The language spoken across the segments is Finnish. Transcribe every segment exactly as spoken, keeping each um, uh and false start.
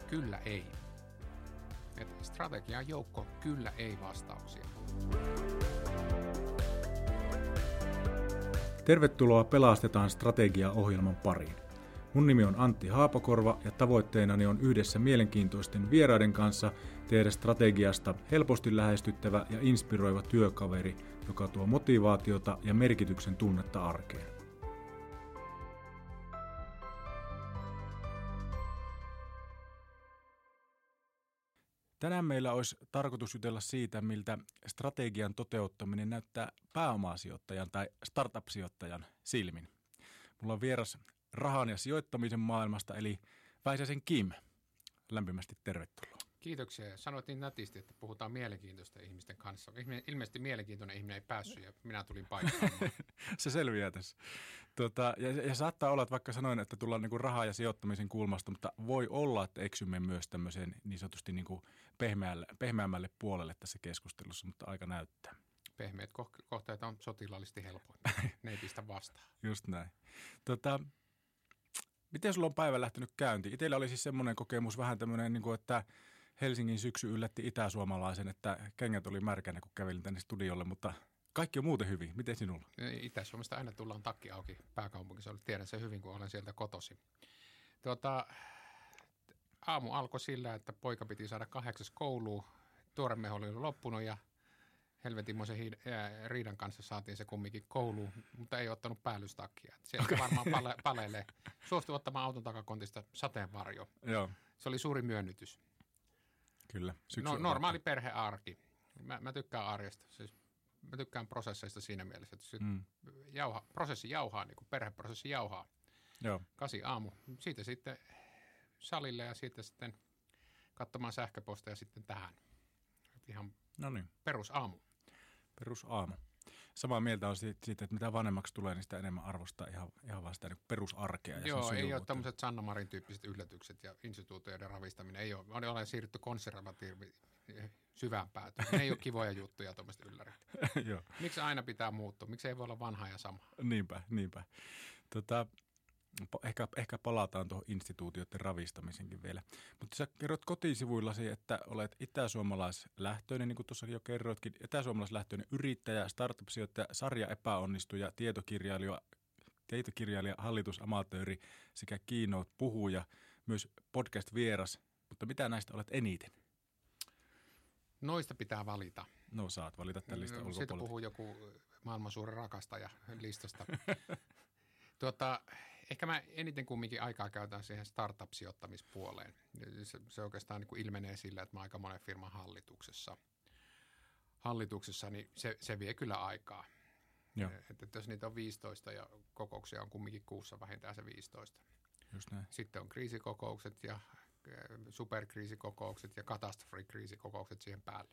kyllä ei. Et strategia on joukko kyllä ei vastauksia. Tervetuloa Pelastetaan strategia-ohjelman pariin. Mun nimi on Antti Haapakorva ja tavoitteenani on yhdessä mielenkiintoisten vieraiden kanssa tehdä strategiasta helposti lähestyttävä ja inspiroiva työkaveri, joka tuo motivaatiota ja merkityksen tunnetta arkeen. Tänään meillä olisi tarkoitus jutella siitä, miltä strategian toteuttaminen näyttää pääomasijoittajan tai startup-sijoittajan silmin. Mulla on vieras rahan ja sijoittamisen maailmasta, eli Väisäsen Kim. Lämpimästi tervetuloa. Kiitoksia. Sanoit niin nätisti, että puhutaan mielenkiintoisten ihmisten kanssa. Ilmeisesti mielenkiintoinen ihminen ei päässyt ja minä tulin paikkaamaan. Se selviää tässä. Tota, ja, ja saattaa olla, että vaikka sanoin, että tullaan niin kuin rahaa ja sijoittamisen kulmasta, mutta voi olla, että eksymme myös tämmöiseen niin sanotusti niin kuin pehmeälle, pehmeämmälle puolelle tässä keskustelussa, mutta aika näyttää. Pehmeät kohteet on sotilaallisesti helpoin. Ne ei pistä vastaan. Just näin. Tota, miten sulla on päivä lähtenyt käyntiin? Itsellä oli siis semmoinen kokemus vähän tämmöinen, niin kuin, että Helsingin syksy yllätti itäsuomalaisen, että kengät oli märkänä, kun kävelin tänne studiolle, mutta kaikki on muuten hyvin. Miten sinulla? Itä-Suomesta aina tullaan takki auki pääkaupunkissa. Tiedän sen hyvin, kun olen sieltä kotosi. Tuota, aamu alkoi sillä, että poika piti saada kahdeksas kouluun. Tuoremeho oli loppunut ja helvetinmoisen riidan kanssa saatiin se kumminkin kouluun, mutta ei ottanut päällystakkia. Sieltä varmaan pale- paleilee. Suostui ottamaan auton takakontista sateenvarjo. Joo. Se oli suuri myönnytys. Kyllä. No, normaali perhearki. Mä, mä tykkään arjesta. Siis mä tykkään prosesseista siinä mielessä, että mm. jauha, prosessi jauhaa, niin kuin perheprosessi jauhaa. Joo. Kasi aamu. Siitä sitten salille ja siitä sitten katsomaan sähköposteja sitten tähän. Ihan Noniin. perusaamu. Perusaamu. Samaa mieltä on siitä, että mitä vanhemmaksi tulee, niin sitä enemmän arvostaa ihan, ihan vaan sitä niin perusarkea. Ja Joo, ei ole tämmöiset Sanna Marin tyyppiset yllätykset ja instituutioiden ravistaminen. Ei ole. Olen siirrytty konservatiivi syvään päätyyn. Ne ei ole kivoja juttuja tuommoista yllärit. Miksi aina pitää muuttua? Miksi ei voi olla vanha ja sama? Niinpä, niinpä. Tota, ehkä, ehkä palataan tuohon instituutioiden ravistamisenkin vielä. Mutta sä kerrot kotisivuillasi, että olet itäsuomalaislähtöinen, niin kuin tuossakin jo kerroitkin, itäsuomalaislähtöinen yrittäjä, startup-sijoittaja, sarja epäonnistuja, tietokirjailija, tietokirjailija, hallitusamatööri sekä keynote-puhuja, myös podcast-vieras. Mutta mitä näistä olet eniten? Noista pitää valita. No saat valita tämän listan ulkopuolelta. Siitä puhuu joku maailman suuren rakastaja listasta. Tuota, ehkä mä eniten kumminkin aikaa käytän siihen startup-sijoittamispuoleen. Se, se oikeastaan niin kuin ilmenee sillä, että mä aika monen firman hallituksessa. Hallituksessa, niin se, se vie kyllä aikaa. Että, että jos niitä on viisitoista ja kokouksia on kumminkin kuussa vähintään se viisitoista. Just näin. Sitten on kriisikokoukset ja superkriisikokoukset ja katastrofikriisikokoukset siihen päälle.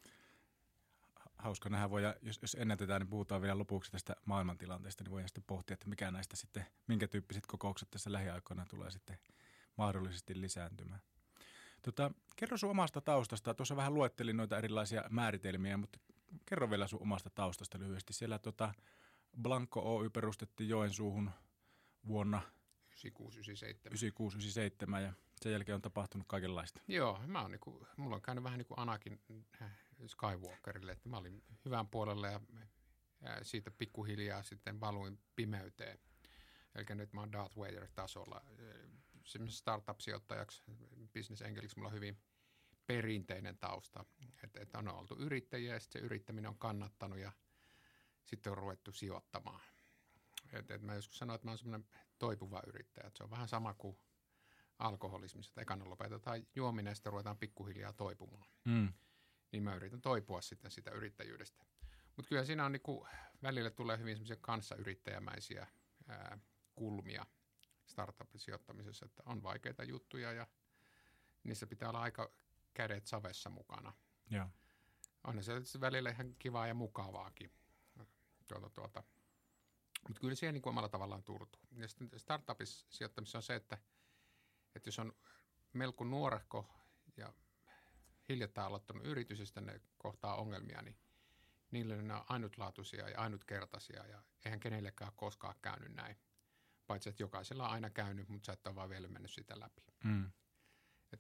Hauska nähdä. Voidaan, jos, jos ennätetään, niin puhutaan vielä lopuksi tästä maailmantilanteesta, niin voidaan sitten pohtia, että mikä näistä sitten, minkä tyyppiset kokoukset tässä lähiaikoina tulee sitten mahdollisesti lisääntymään. Tota, kerro sun omasta taustasta. Tuossa vähän luettelin noita erilaisia määritelmiä, mutta kerro vielä sun omasta taustasta lyhyesti. Siellä tota Blanco Oy perustettiin Joensuuhun vuonna yhdeksänkymmentäkuusi yhdeksänkymmentäseitsemän. yhdeksänkymmentäkuusi yhdeksänkymmentäseitsemän ja sen jälkeen on tapahtunut kaikenlaista. Joo, mä oon niinku, mulla on käynyt vähän niin kuin Anakin Skywalkerille, että mä olin hyvän puolella ja siitä pikkuhiljaa sitten valuin pimeyteen. Eli nyt mä oon Darth Vader-tasolla. Semmoisessa startup-sijoittajaksi, business angeliksi mulla on hyvin perinteinen tausta. Että, että on oltu yrittäjiä ja sitten se yrittäminen on kannattanut ja sitten on ruvettu sijoittamaan. Et, et mä joskus sanoin, että mä oon semmoinen toipuva yrittäjä. Että se on vähän sama kuin alkoholismissa. Että ekana lopetetaan juominen ja sitten ruvetaan pikkuhiljaa toipumaan. Mm. Niin mä yritän toipua sitten sitä yrittäjyydestä. Mutta kyllä siinä on niinku, välillä tulee hyvin semmoisia kanssayrittäjämäisiä ää, kulmia startup-sijoittamisessa, että on vaikeita juttuja ja niissä pitää olla aika kädet savessa mukana. Joo. On se välillä ihan kivaa ja mukavaakin. Tuota, tuota. Mutta kyllä siihen niin omalla tavallaan turtuu. Ja sitten startupissa sijoittamisessa on se, että, että jos on melko nuorehko ja hiljattain aloittanut yritys ja sitten ne kohtaa ongelmia, niin niille ne on ainutlaatuisia ja ainutkertaisia ja eihän kenellekään koskaan käynyt näin. Paitsi, että jokaisella on aina käynyt, mutta sä et ole vaan vielä mennyt sitä läpi. Mm. Et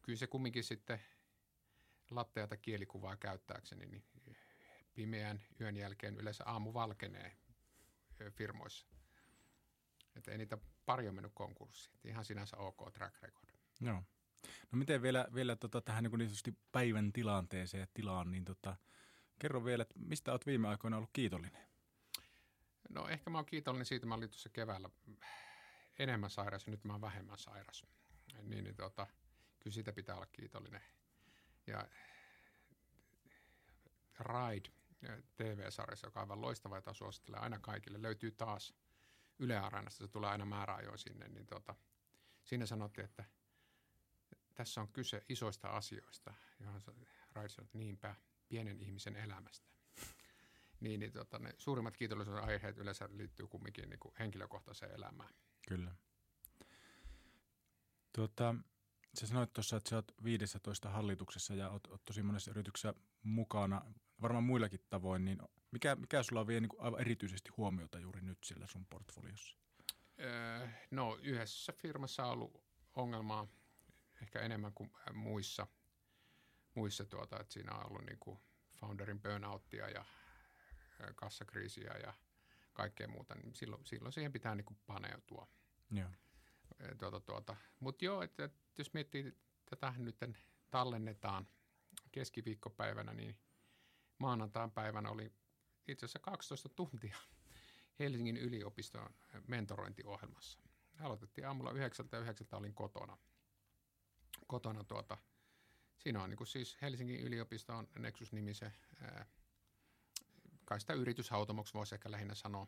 kyllä se kumminkin sitten latteata kielikuvaa käyttääkseni, niin pimeän yön jälkeen yleensä aamu valkenee firmoissa. Että ei niitä pari on mennyt konkurssiin. Ihan sinänsä ok track record. Joo. No miten vielä, vielä tota, tähän niin niin päivän tilanteeseen ja tilaan, niin tota, kerro vielä, että mistä olet viime aikoina ollut kiitollinen? No ehkä mä oon kiitollinen siitä, mä olin tuossa keväällä enemmän sairas ja nyt mä oon vähemmän sairas. Niin, niin tota, kyllä siitä pitää olla kiitollinen. Ja Ride T V-sarjassa, joka on aivan loistava, jota suosittelen aina kaikille, löytyy taas Yle Areenasta, se tulee aina määräajoin sinne, niin tota, siinä sanottiin, että tässä on kyse isoista asioista, johon Ride sanoi, että niinpä, pienen ihmisen elämästä. niin, niin tota, ne suurimmat kiitollisuuden aiheet yleensä liittyy kumminkin niin kuin henkilökohtaiseen elämään. Kyllä. Tuota, sä sanoit tuossa, että sä oot viidessätoista hallituksessa ja oot, oot tosi monessa yrityksessä mukana, varmaan muillakin tavoin, niin mikä, mikä sulla vie niin kuin aivan erityisesti huomiota juuri nyt siellä sun portfoliossa? Öö, no yhdessä firmassa on ollut ongelmaa ehkä enemmän kuin muissa, muissa tuota, että siinä on ollut niin kuin founderin burnouttia ja kassakriisiä ja kaikkea muuta, niin silloin, silloin siihen pitää niin kuin paneutua. Joo. Tuota, tuota. Mutta joo, että, että jos miettii, tätä nyt tallennetaan keskiviikkopäivänä, niin maanantain päivänä oli itse asiassa kaksitoista tuntia Helsingin yliopiston mentorointiohjelmassa. Aloitettiin aamulla yhdeksältä ja yhdeksältä olin kotona. kotona tuota. Siinä on niin kuin siis Helsingin yliopiston Nexus-nimisen, ää, kai sitä yrityshautomoksi voisi ehkä lähinnä sanoa.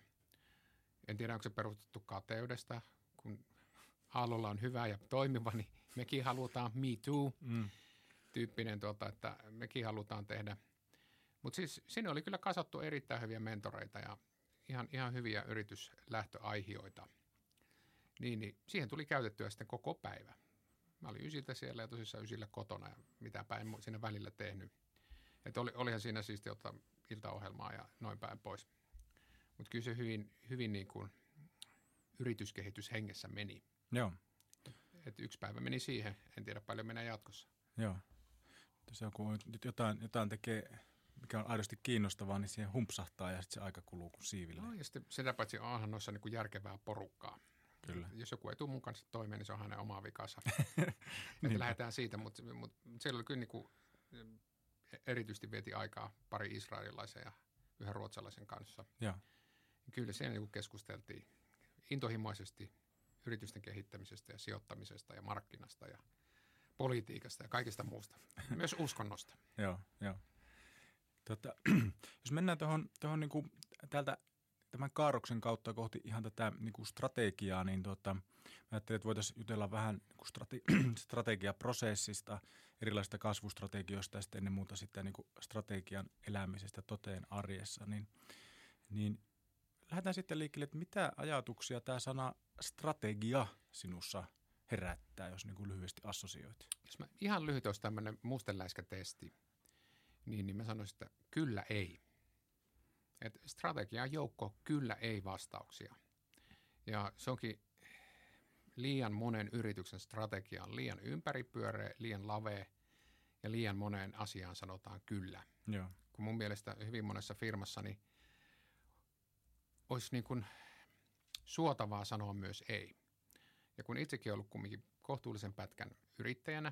En tiedä, onko se perustettu kateudesta, kun Aallolla on hyvä ja toimiva, niin mekin halutaan me too mm. tyyppinen, tuota, että mekin halutaan tehdä. Mutta siis siinä oli kyllä kasattu erittäin hyviä mentoreita ja ihan, ihan hyviä yrityslähtöaihioita. Niin, niin siihen tuli käytettyä sitten koko päivä. Mä olin ysiltä siellä ja tosissaan ysillä kotona ja mitä päin siinä välillä tehnyt. Että oli, olihan siinä siis jotta iltaohjelmaa ja noin päin pois. Mutta kyllä se hyvin, hyvin niin kuin yrityskehityshengessä meni. Joo. Et yksi päivä meni siihen, en tiedä paljon menee jatkossa. Joo. Se on, kun jotain, jotain tekee, mikä on aidosti kiinnostavaa, niin siihen humpsahtaa ja sitten se aika kuluu kuin siivillä. No ja sitten sitä paitsi onhan noissa niin kuin järkevää porukkaa. Kyllä. Jos joku ei tule mun kanssa toimeen, niin se on hänen oma vikansa. Että lähdetään siitä, mutta, mutta siellä oli kyllä niin kuin, erityisesti veti aikaa pari israelilaisen ja yhden ruotsalaisen kanssa. Ja. Kyllä siellä niin kuin keskusteltiin intohimoisesti yritysten kehittämisestä ja sijoittamisesta ja markkinasta ja politiikasta ja kaikesta muusta. Myös uskonnosta. Joo, joo. Tota, jos mennään tuohon, tuohon niin kuin täältä tämän kaarroksen kautta kohti ihan tätä niin kuin strategiaa, niin tota, mä ajattelin, että voitaisiin jutella vähän niin kuin strate- strategiaprosessista, erilaisista kasvustrategioista ja sitten ennen muuta sitten niin kuin strategian elämisestä toteen arjessa. Niin, niin lähdetään sitten liikkeelle, että mitä ajatuksia tämä sana strategia sinussa herättää, jos niin kuin lyhyesti assosioit? Jos mä ihan lyhyt olisi tämmöinen mustenläiskätesti, niin, niin mä sanoisin, että kyllä ei. Et strategia on joukko kyllä ei vastauksia. Ja se onkin liian monen yrityksen strategia on liian ympäripyöreä, liian lavea ja liian moneen asiaan sanotaan kyllä. Joo. Kun mun mielestä hyvin monessa firmassa niin olisi niin kuin suotavaa sanoa myös ei. Ja kun itsekin ollut kumminkin kohtuullisen pätkän yrittäjänä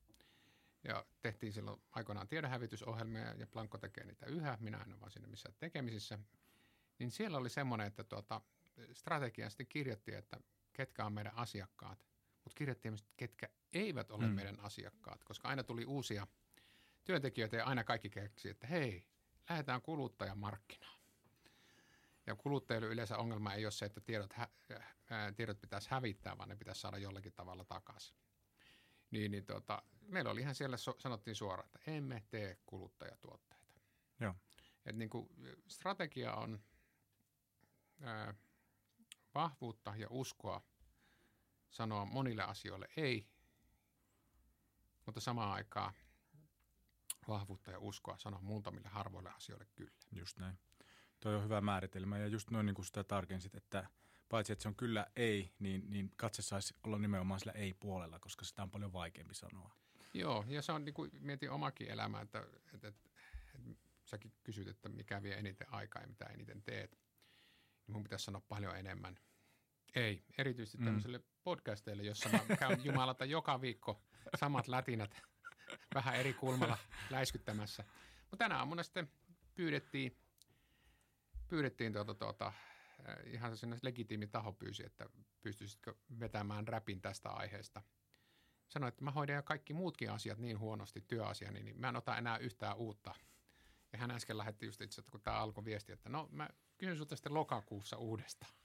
ja tehtiin silloin aikoinaan tiedonhävitysohjelmia ja Blanco tekee niitä yhä, minä en ole vaan siinä missään tekemisissä, niin siellä oli semmoinen, että tuota, strategiaan sitten kirjoittiin, että ketkä on meidän asiakkaat, mutta kirjoittiin myös, ketkä eivät ole mm. meidän asiakkaat, koska aina tuli uusia työntekijöitä ja aina kaikki keksi, että hei, lähdetään kuluttajamarkkinaan. Ja kuluttajille yleensä ongelma ei ole se, että tiedot, hä- ää, tiedot pitäisi hävittää, vaan ne pitäisi saada jollakin tavalla takaisin. Niin, niin tota, meillä oli ihan siellä, so, sanottiin suoraan, että emme tee kuluttajatuotteita. Joo. Et niin kuin strategia on ää, vahvuutta ja uskoa sanoa monille asioille ei, mutta samaan aikaan vahvuutta ja uskoa sanoa muutamille harvoille asioille kyllä. Just näin. Tuo on hyvä määritelmä ja just noin niin kuin sitä tarkensit, että paitsi että se on kyllä ei, niin, niin katse saisi olla nimenomaan sillä ei-puolella, koska sitä on paljon vaikeampi sanoa. Joo, ja se on niin kuin mietin omakin elämää, että, että, että, että säkin kysyt, että mikä vie eniten aikaa ja mitä eniten teet. Niin mun pitäisi sanoa paljon enemmän. Ei, erityisesti Mm. tämmöiselle podcasteille, jossa mä käyn jumalata joka viikko samat lätinät vähän eri kulmalla läiskyttämässä. Mutta tänä aamuna sitten pyydettiin, pyydettiin tuota, tuota, ihan se legitiimi taho pyysi, että pystyisitkö vetämään räpin tästä aiheesta. Sanoin, että mä hoidan jo kaikki muutkin asiat niin huonosti työasiani, niin mä en ota enää yhtään uutta. Ja hän äsken lähetti just itse, että kun tämä alkoi viesti, että no mä kysyn sulta sitten lokakuussa uudestaan.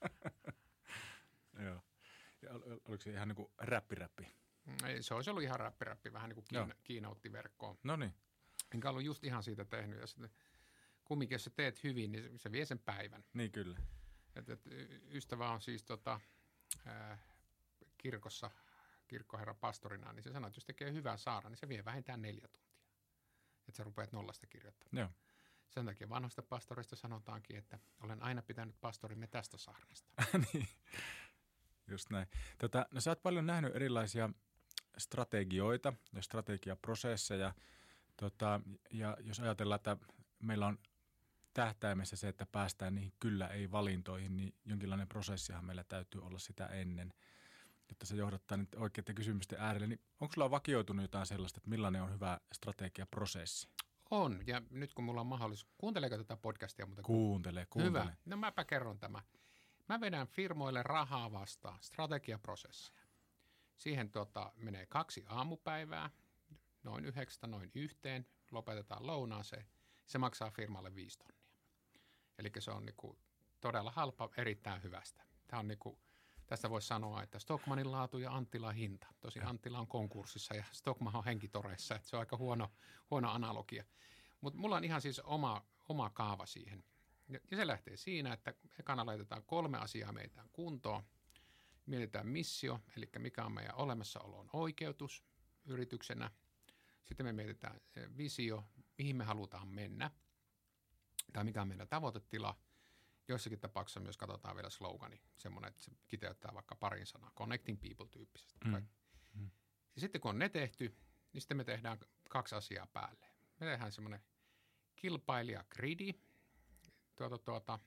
Joo. Ja ol- oliko se ihan niin kuin räppi-räppi? Ei, se olisi ollut ihan räppi-räppi, vähän niin kuin kiina, kiinautti-verkkoon. No niin. Enkä ollut just ihan siitä tehnyt. Ja sitten kumminkin, jos sä teet hyvin, niin se vie sen päivän. Niin kyllä. Et, et, ystävä on siis tota, ää, kirkossa, kirkkoherra pastorina, niin se sanoo, että jos tekee hyvää saara, niin se vie vähintään neljä tuntia. Että sä rupeat nollasta kirjoittamaan. Joo. Sen takia vanhoista pastorista sanotaankin, että olen aina pitänyt pastorimme tästä saarnasta. Niin. Just näin. Tota, no sä oot paljon nähnyt erilaisia strategioita ja strategiaprosesseja. Tota, ja jos ajatellaan, että meillä on tähtäimessä se, että päästään niihin kyllä ei valintoihin, niin jonkinlainen prosessihan meillä täytyy olla sitä ennen, jotta se johdattaa nyt oikeiden kysymysten äärelle. Niin onko sulla vakioitunut jotain sellaista, että millainen on hyvä strategiaprosessi? On, ja nyt kun mulla on mahdollisuus, kuunteleeko tätä podcastia? Mutta Kuuntele, kuuntele. Hyvä, no mäpä kerron tämä. Mä vedän firmoille rahaa vastaan, strategiaprosesseja. Siihen tota, menee kaksi aamupäivää, noin yhdeksästä noin yhteen, lopetetaan lounaaseen. Se maksaa firmalle viisi tonnia. Eli se on niinku todella halpa, erittäin hyvästä. Tämä on niinku, tästä voisi sanoa, että Stockmannin laatu ja Anttilan hinta. Tosi Anttila on konkurssissa ja Stockman on henkitoreissa, että se on aika huono, huono analogia. Mutta mulla on ihan siis oma, oma kaava siihen. Ja se lähtee siinä, että ekana laitetaan kolme asiaa meitä kuntoon. Mietitään missio, eli mikä on meidän olemassaolon oikeutus yrityksenä. Sitten me mietitään visio, mihin me halutaan mennä, tai mikä on meidän tavoitetila. Joissakin tapauksissa myös katsotaan vielä slogani, semmoinen, että se kiteyttää vaikka parin sanaa, connecting people tyyppisesti. Mm. Mm. Ja sitten kun on ne tehty, niin sitten me tehdään kaksi asiaa päälle. Me tehdään semmoinen kilpailija-gridi, tuota, tuota,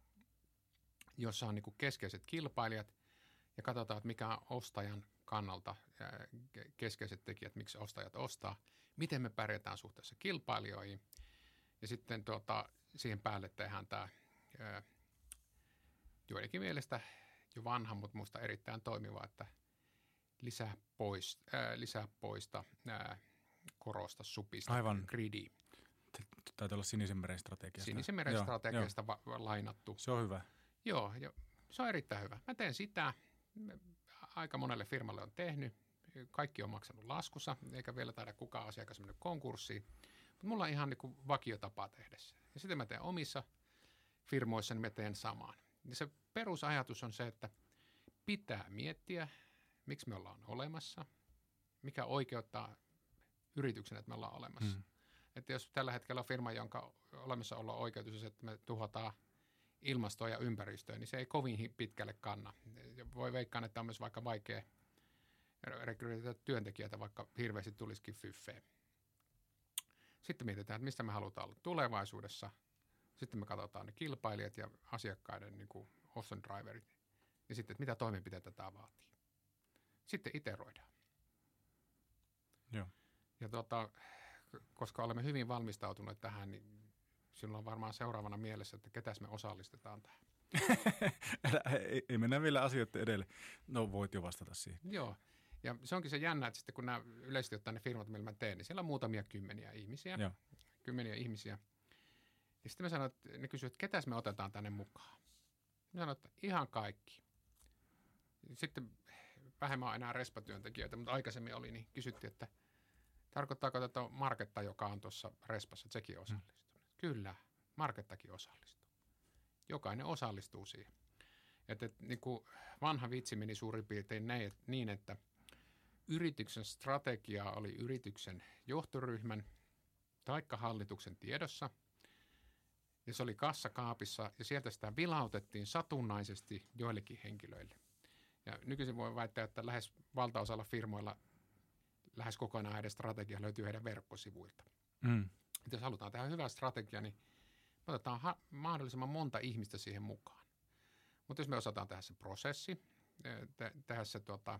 jossa on niin kuin keskeiset kilpailijat, ja katsotaan, että mikä on ostajan kannalta keskeiset tekijät, miksi ostajat ostaa, miten me pärjätään suhteessa kilpailijoihin, ja sitten tuota, siihen päälle tehdään tämä ää, joidenkin mielestä jo vanha, mutta minusta erittäin toimiva, että lisää, pois, ää, lisää poista, ää, korosta, supista, Aivan. gridi. Taitaa olla Sinisen meren strategiasta. Sinisen meren strategiasta va- lainattu. Se on hyvä. Joo, jo, se on erittäin hyvä. Mä teen sitä. Aika monelle firmalle on tehnyt. Kaikki on maksanut laskussa, eikä vielä taida kukaan asiakas mennyt konkurssiin. Mutta mulla on ihan niin kuin vakiotapa tehdä se. Ja sitten mä teen omissa firmoissa, niin mä teen samaan. Ja se perusajatus on se, että pitää miettiä, miksi me ollaan olemassa, mikä oikeuttaa yrityksen, että me ollaan olemassa. Mm. Että jos tällä hetkellä on firma, jonka olemassaolo on oikeutus on se, että me tuhotaan ilmastoa ja ympäristöä, niin se ei kovin pitkälle kanna. Voi veikkaan, että on myös vaikka vaikea rekrytoida työntekijöitä, vaikka hirveästi tulisikin fyffeen. Sitten mietitään, että mistä me halutaan olla tulevaisuudessa. Sitten me katsotaan ne kilpailijat ja asiakkaiden niin kuin Awesome Driverit. Ja sitten, että mitä toimenpiteitä tämä vaatii. Sitten iteroidaan. Joo. Ja tuota, koska olemme hyvin valmistautuneet tähän, niin sinulla on varmaan seuraavana mielessä, että ketäs me osallistetaan tähän. ei, ei mennä vielä asioiden edelle. No voit jo vastata siihen. Joo. Ja se onkin se jännä, että sitten kun nämä yleisesti ottaen ne firmat, millä mä teen, niin siellä on muutamia kymmeniä ihmisiä. Joo. Kymmeniä ihmisiä. Ja sitten mä sanoin, että ne kysyivät, että ketäs me otetaan tänne mukaan. Mä sanoin, että ihan kaikki. Sitten vähemmän on enää respatyöntekijöitä, mutta aikaisemmin oli, niin kysyttiin, että tarkoittaako tätä Marketta, joka on tuossa respassa, että sekin osallistuu. Hmm. Kyllä, Markettakin osallistuu. Jokainen osallistuu siihen. Että, että niin kuin vanha vitsi meni suurin piirtein niin, että yrityksen strategia oli yrityksen johtoryhmän taikka hallituksen tiedossa. Ja se oli kassakaapissa ja sieltä sitä vilautettiin satunnaisesti joillekin henkilöille. Ja nykyisin voi väittää, että lähes valtaosalla firmoilla lähes kokonaan heidän strategia löytyy heidän verkkosivuilta. Mm. Jos halutaan tehdä hyvä strategia, niin me otetaan ha- mahdollisimman monta ihmistä siihen mukaan. Mutta jos me osataan tehdä se prosessi, te- tehdä se, tota,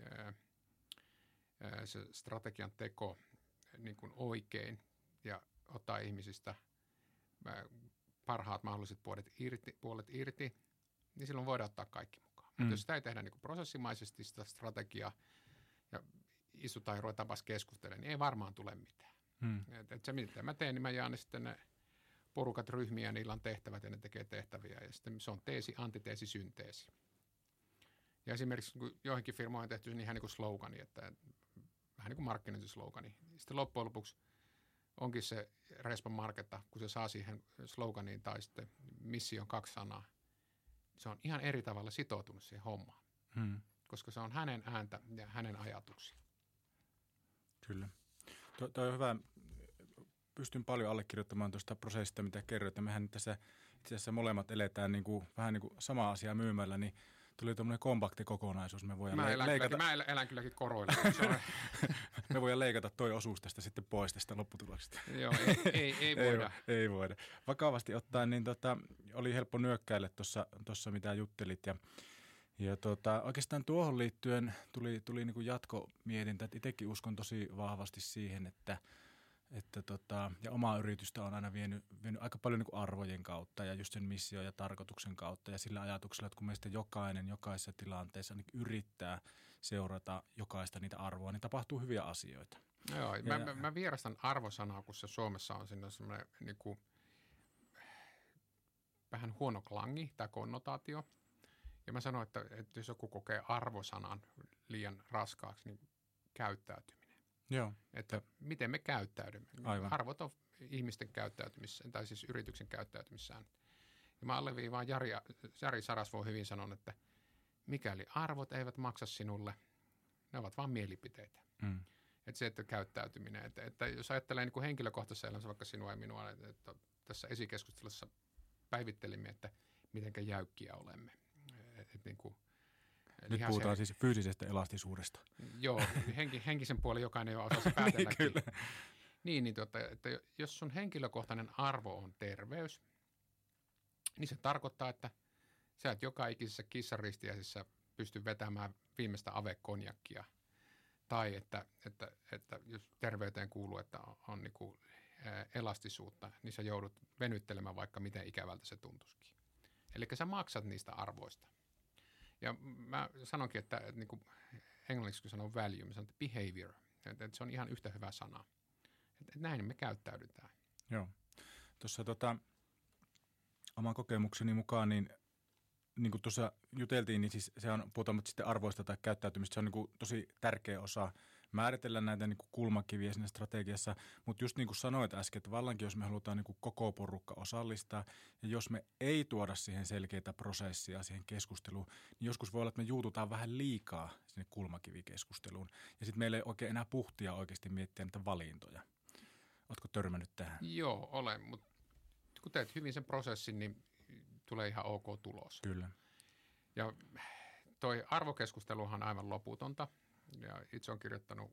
se strategian teko niin kuin oikein ja ottaa ihmisistä parhaat mahdolliset puolet irti, puolet irti, niin silloin voidaan ottaa kaikki mukaan. Mm. Mutta jos sitä ei tehdä niin kuin prosessimaisesti sitä strategiaa ja istutaan ja ruvetaan taas keskustelemaan, niin ei varmaan tule mitään. Mm. Et, et se, mitä mä teen, niin mä jaan ne sitten ne porukat ryhmiä, niillä on tehtävät ja ne tekee tehtäviä. Ja sitten se on teesi, antiteesi, synteesi. Ja esimerkiksi kun joihinkin firmoihin on tehty niin ihan niin kuin slogani, että vähän niin kuin markkinointislogani. Sitten loppujen lopuksi onkin se Respa Marketa, kun se saa siihen sloganiin tai sitten mission kaksi sanaa. Se on ihan eri tavalla sitoutunut siihen hommaan, hmm. koska se on hänen ääntä ja hänen ajatuksia. Kyllä. Tuo, tuo on hyvä. Pystyn paljon allekirjoittamaan tuosta prosessista, mitä kerroit. Mehän tässä itse asiassa molemmat eletään niin kuin, vähän niin kuin samaa asiaa myymällä, niin tuli tuommoinen kompakti kokonaisuus. Me voidaan mä, elän leikata... mä elän kylläkin koroilla. Me voidaan leikata toi osuus tästä sitten pois tästä lopputuloksesta. Joo, ei, ei, ei voida. ei, ei voida. Vakavasti ottaen, niin tota, oli helppo nyökkäillä tuossa, mitä juttelit. Ja, ja tota, oikeastaan tuohon liittyen tuli, tuli niin kuin jatkomietintä, että itsekin uskon tosi vahvasti siihen, että Että tota, ja omaa yritystä on aina vienyt, vienyt aika paljon niin kuin arvojen kautta ja just sen mission ja tarkoituksen kautta ja sillä ajatuksella, että kun meistä jokainen jokaisessa tilanteessa niin yrittää seurata jokaista niitä arvoa, niin tapahtuu hyviä asioita. Joo, ja, mä, mä, mä vierastan arvosanaa, kun se Suomessa on siinä semmoinen niin kuin, vähän huono klangi tai konnotaatio. Ja mä sanon, että, että jos joku kokee arvosanan liian raskaaksi, niin käyttäytyminen. Joo. Että miten me käyttäydymme. Aivan. Arvot on ihmisten käyttäytymissään, tai siis yrityksen käyttäytymissään. Ja mä alleviivaan, Jari, Jari Sarasvuo hyvin sanon, että mikäli arvot eivät maksa sinulle, ne ovat vain mielipiteitä. Mm. Että se, että käyttäytyminen. Että, että jos ajattelee niin kuin henkilökohtaisessa elämässä vaikka sinua ja minua, että, että tässä esikeskustelussa päivittelimme, että mitenkä jäykkiä olemme. Että niin kuin Nyt puhutaan se, siis fyysisestä elastisuudesta. Joo, henki, henkisen puolen jokainen jo osasi päätelläkin. niin, niin, niin tuota, että jos sun henkilökohtainen arvo on terveys, niin se tarkoittaa, että sä et joka ikisessä kissaristiäisessä pysty vetämään viimeistä avekonjakkia. Tai että, että, että jos terveyteen kuuluu, että on, on niin kuin elastisuutta, niin sä joudut venyttelemään vaikka miten ikävältä se tuntuisikin. Eli sä maksat niistä arvoista. Ja mä sanonkin, että, että niin kuin englanniksi kun sanon value, mä sanon, että behavior, että, että se on ihan yhtä hyvä sana. Että, että näin me käyttäydytään. Joo. Tuossa tota, oman kokemukseni mukaan, niin, niin kuin tuossa juteltiin, niin siis se on, puhutaan sitten arvoista tai käyttäytymistä, se on niin kuin tosi tärkeä osa määritellä näitä niin kuin kulmakiviä siinä strategiassa, mutta just niin kuin sanoit äsken, että vallankin jos me halutaan niin kuin koko porukka osallistaa ja jos me ei tuoda siihen selkeitä prosessia siihen keskusteluun, niin joskus voi olla, että me juututaan vähän liikaa sinne kulmakivikeskusteluun ja sitten meillä ei oikein enää puhtia oikeasti miettiä niitä valintoja. Ootko törmännyt tähän? Joo, olen, mutta kun teet hyvin sen prosessin, niin tulee ihan ok tulos. Kyllä. Ja toi arvokeskusteluhan on aivan loputonta. Ja itse olen kirjoittanut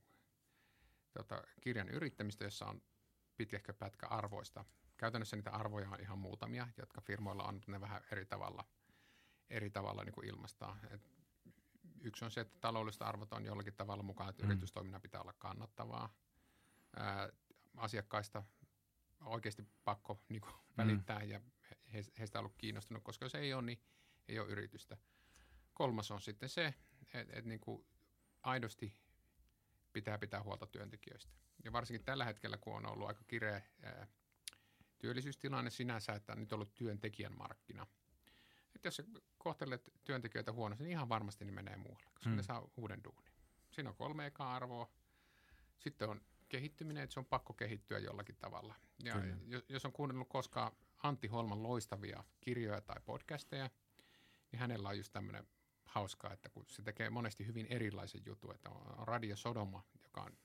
tota, kirjan yrittämistä, jossa on pitkähkö pätkä arvoista. Käytännössä niitä arvoja on ihan muutamia, jotka firmoilla on, mutta ne vähän eri tavalla, eri tavalla niin kuin ilmaistaan. Et yksi on se, että taloudelliset arvot on jollakin tavalla mukaan, että mm. yritystoiminnan pitää olla kannattavaa. Ää, asiakkaista on oikeasti pakko niin kuin, välittää mm. ja he, heistä on ollut kiinnostunut, koska jos ei ole, niin ei ole yritystä. Kolmas on sitten se, että et, niin kuin aidosti pitää pitää huolta työntekijöistä. Ja varsinkin tällä hetkellä, kun on ollut aika kireä ää, työllisyystilanne sinänsä, että on nyt ollut työntekijän markkina. Että jos sä kohtelet työntekijöitä huonosti, niin ihan varmasti ne menee muualle, koska mm. ne saa uuden duunin. Siinä on kolme ekaa arvoa. Sitten on kehittyminen, että se on pakko kehittyä jollakin tavalla. Ja Kyllä. jos on kuunnellut koskaan Antti Holman loistavia kirjoja tai podcasteja, niin hänellä on just tämmöinen hauskaa, että kun se tekee monesti hyvin erilaisen jutun, että on Radio Sodoma, joka on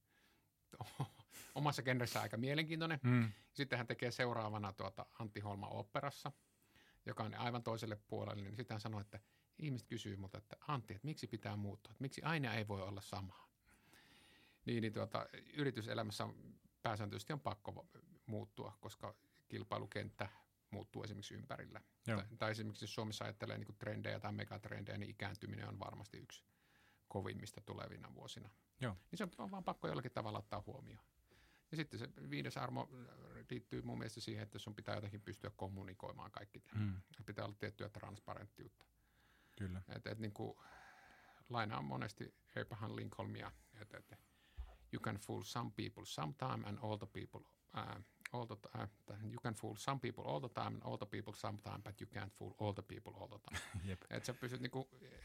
omassa genressä aika mielenkiintoinen. Mm. Sitten hän tekee seuraavana tuota Antti Holma oopperassa, joka on aivan toiselle puolelle. Niin sitten hän sanoo, että ihmiset kysyy multa, että Antti, että miksi pitää muuttua, että miksi aina ei voi olla samaa. Niin, niin tuota, yrityselämässä on, pääsääntöisesti on pakko muuttua, koska kilpailukenttä muuttuu esimerkiksi ympärillä. Tai, tai esimerkiksi jos Suomessa ajattelee niin kuin trendejä tai megatrendejä, niin ikääntyminen on varmasti yksi kovimmista tulevina vuosina. Joo. Niin se on vaan pakko jollakin tavalla ottaa huomioon. Ja sitten se viides armo liittyy mun mielestä siihen, että sun pitää jotenkin pystyä kommunikoimaan kaikki. Mm. Pitää olla tiettyä transparenttiutta. Kyllä. Et, et, niin kuin, lainaan monesti Abraham Lincolnia, että et, you can fool some people sometime and all the people, uh, all the, uh, you can fool some people all the time and all the people sometime, but you can't fool all the people all the time. Jep. Että sä pystyt niin kuin